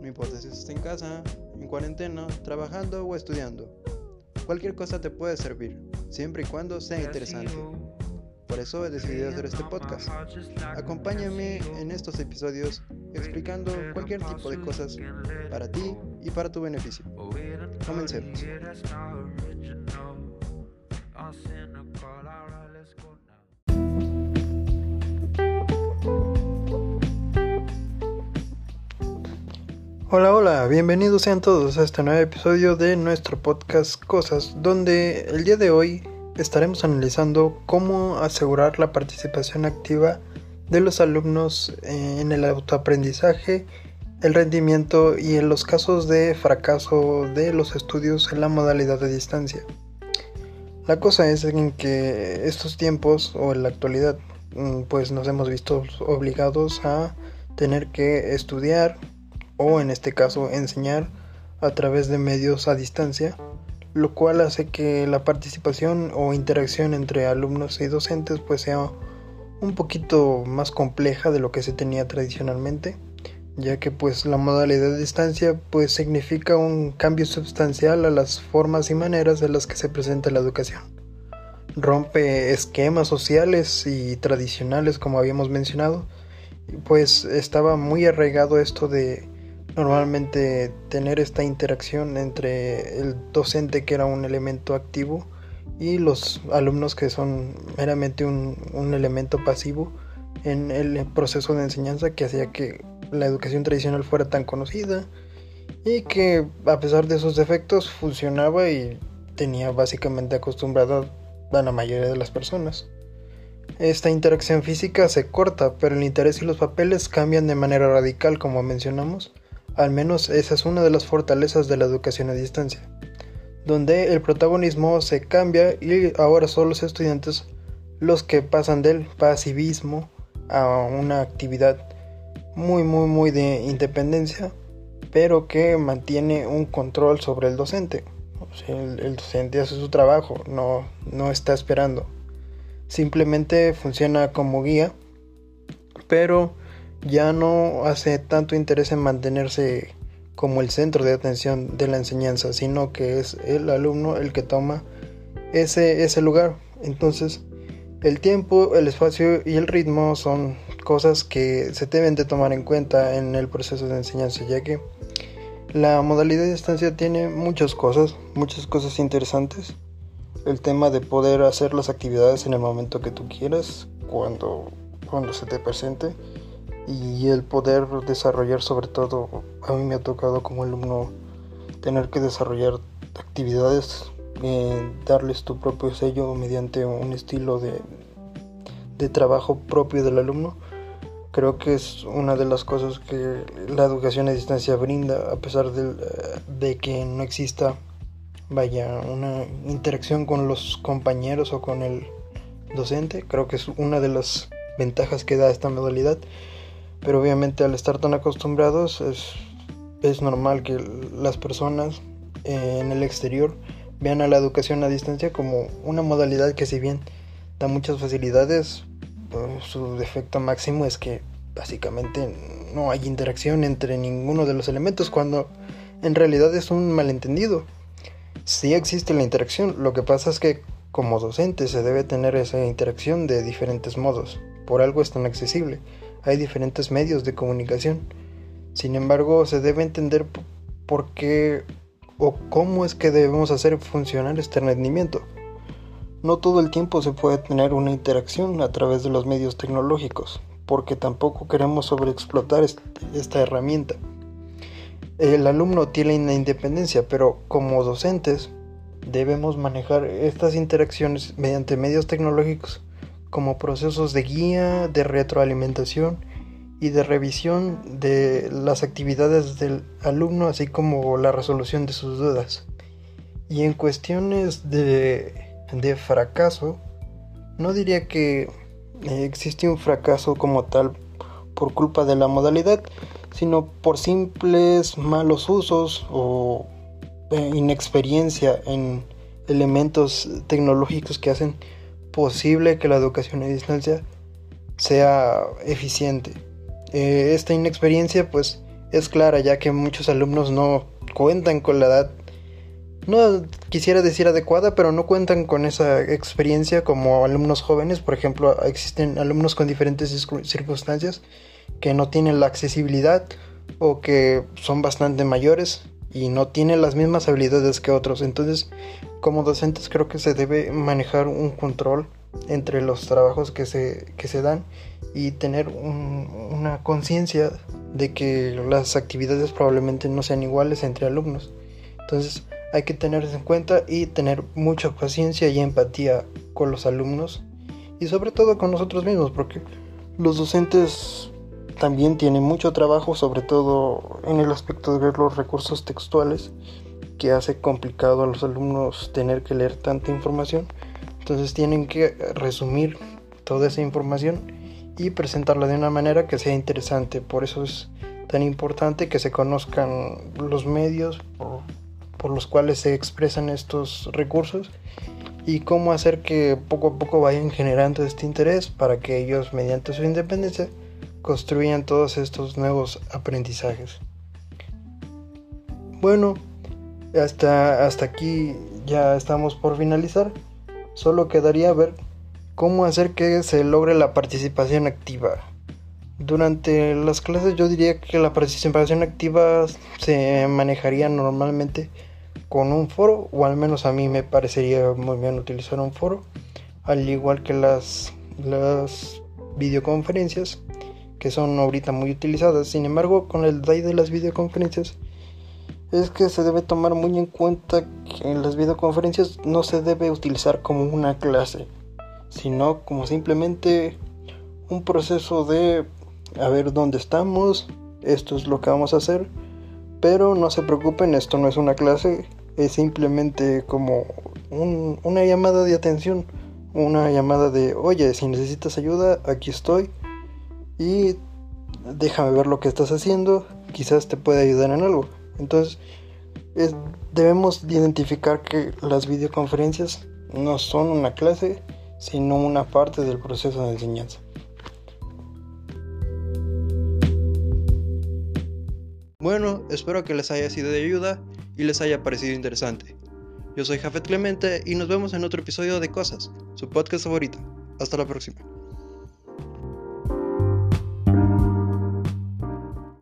No importa si estás en casa, en cuarentena, trabajando o estudiando. Cualquier cosa te puede servir, siempre y cuando sea interesante. Por eso he decidido hacer este podcast. Acompáñame en estos episodios explicando cualquier tipo de cosas para ti y para tu beneficio. Comencemos. Hola, bienvenidos sean todos a este nuevo episodio de nuestro podcast Cosas, donde el día de hoy estaremos analizando cómo asegurar la participación activa de los alumnos en el autoaprendizaje, el rendimiento y en los casos de fracaso de los estudios en la modalidad de distancia. La cosa es en que estos tiempos o en la actualidad pues nos hemos visto obligados a tener que estudiar o en este caso enseñar a través de medios a distancia, lo cual hace que la participación o interacción entre alumnos y docentes pues sea un poquito más compleja de lo que se tenía tradicionalmente, ya que pues la modalidad de distancia pues significa un cambio sustancial a las formas y maneras de las que se presenta la educación. Rompe esquemas sociales y tradicionales, como habíamos mencionado, pues estaba muy arraigado esto de normalmente tener esta interacción entre el docente, que era un elemento activo, y los alumnos, que son meramente un elemento pasivo en el proceso de enseñanza, que hacía que la educación tradicional fuera tan conocida y que a pesar de sus defectos funcionaba y tenía básicamente acostumbrada a la mayoría de las personas. Esta interacción física se corta, pero el interés y los papeles cambian de manera radical, como mencionamos. Al menos esa es una de las fortalezas de la educación a distancia, donde el protagonismo se cambia y ahora son los estudiantes los que pasan del pasivismo a una actividad muy de independencia, pero que mantiene un control sobre el docente. O sea, el docente hace su trabajo, no está esperando. Simplemente funciona como guía, pero ya no hace tanto interés en mantenerse como el centro de atención de la enseñanza, sino que es el alumno el que toma ese lugar. Entonces, el tiempo, el espacio y el ritmo son cosas que se deben de tomar en cuenta en el proceso de enseñanza, ya que la modalidad de distancia tiene muchas cosas interesantes. El tema de poder hacer las actividades en el momento que tú quieras, cuando se te presente, y el poder desarrollar, sobre todo a mí me ha tocado como alumno tener que desarrollar actividades, darles tu propio sello mediante un estilo de trabajo propio del alumno. Creo que es una de las cosas que la educación a distancia brinda, a pesar de que no exista una interacción con los compañeros o con el docente. Creo que es una de las ventajas que da esta modalidad, pero obviamente al estar tan acostumbrados es normal que las personas en el exterior vean a la educación a distancia como una modalidad que, si bien da muchas facilidades, su defecto máximo es que básicamente no hay interacción entre ninguno de los elementos, cuando en realidad es un malentendido. Sí existe la interacción, lo que pasa es que como docente se debe tener esa interacción de diferentes modos. Por algo es tan accesible, hay diferentes medios de comunicación. Sin embargo, se debe entender por qué o cómo es que debemos hacer funcionar este rendimiento. No todo el tiempo se puede tener una interacción a través de los medios tecnológicos, porque tampoco queremos sobreexplotar esta herramienta. El alumno tiene una independencia, pero como docentes debemos manejar estas interacciones mediante medios tecnológicos como procesos de guía, de retroalimentación y de revisión de las actividades del alumno, así como la resolución de sus dudas. Y en cuestiones de fracaso, no diría que existe un fracaso como tal por culpa de la modalidad, sino por simples malos usos o inexperiencia en elementos tecnológicos que hacen posible que la educación a distancia sea eficiente. Esta inexperiencia pues es clara, ya que muchos alumnos no cuentan con la edad, no quisiera decir adecuada, pero no cuentan con esa experiencia como alumnos jóvenes. Por ejemplo, existen alumnos con diferentes circunstancias que no tienen la accesibilidad o que son bastante mayores y no tienen las mismas habilidades que otros. Entonces, como docentes creo que se debe manejar un control entre los trabajos que se dan y tener una conciencia de que las actividades probablemente no sean iguales entre alumnos. Entonces hay que tener eso en cuenta y tener mucha paciencia y empatía con los alumnos y sobre todo con nosotros mismos, porque los docentes también tienen mucho trabajo, sobre todo en el aspecto de ver los recursos textuales, que hace complicado a los alumnos tener que leer tanta información. Entonces tienen que resumir toda esa información y presentarla de una manera que sea interesante. Por eso es tan importante que se conozcan los medios por los cuales se expresan estos recursos y cómo hacer que poco a poco vayan generando este interés para que ellos, mediante su independencia, construyan todos estos nuevos aprendizajes. Bueno, hasta aquí ya estamos por finalizar. Solo quedaría ver cómo hacer que se logre la participación activa. Durante las clases yo diría que la participación activa se manejaría normalmente con un foro, o al menos a mí me parecería muy bien utilizar un foro, al igual que las videoconferencias, que son ahorita muy utilizadas. Sin embargo, con el detalle de las videoconferencias es que se debe tomar muy en cuenta que en las videoconferencias no se debe utilizar como una clase, sino como simplemente un proceso de a ver dónde estamos, esto es lo que vamos a hacer, pero no se preocupen, esto no es una clase, es simplemente como una llamada de atención, una llamada de oye, si necesitas ayuda, aquí estoy y déjame ver lo que estás haciendo, quizás te pueda ayudar en algo. Entonces debemos identificar que las videoconferencias no son una clase, sino una parte del proceso de enseñanza. Bueno, espero que les haya sido de ayuda y les haya parecido interesante. Yo soy Jafet Clemente y nos vemos en otro episodio de Cosas, su podcast favorito. Hasta la próxima.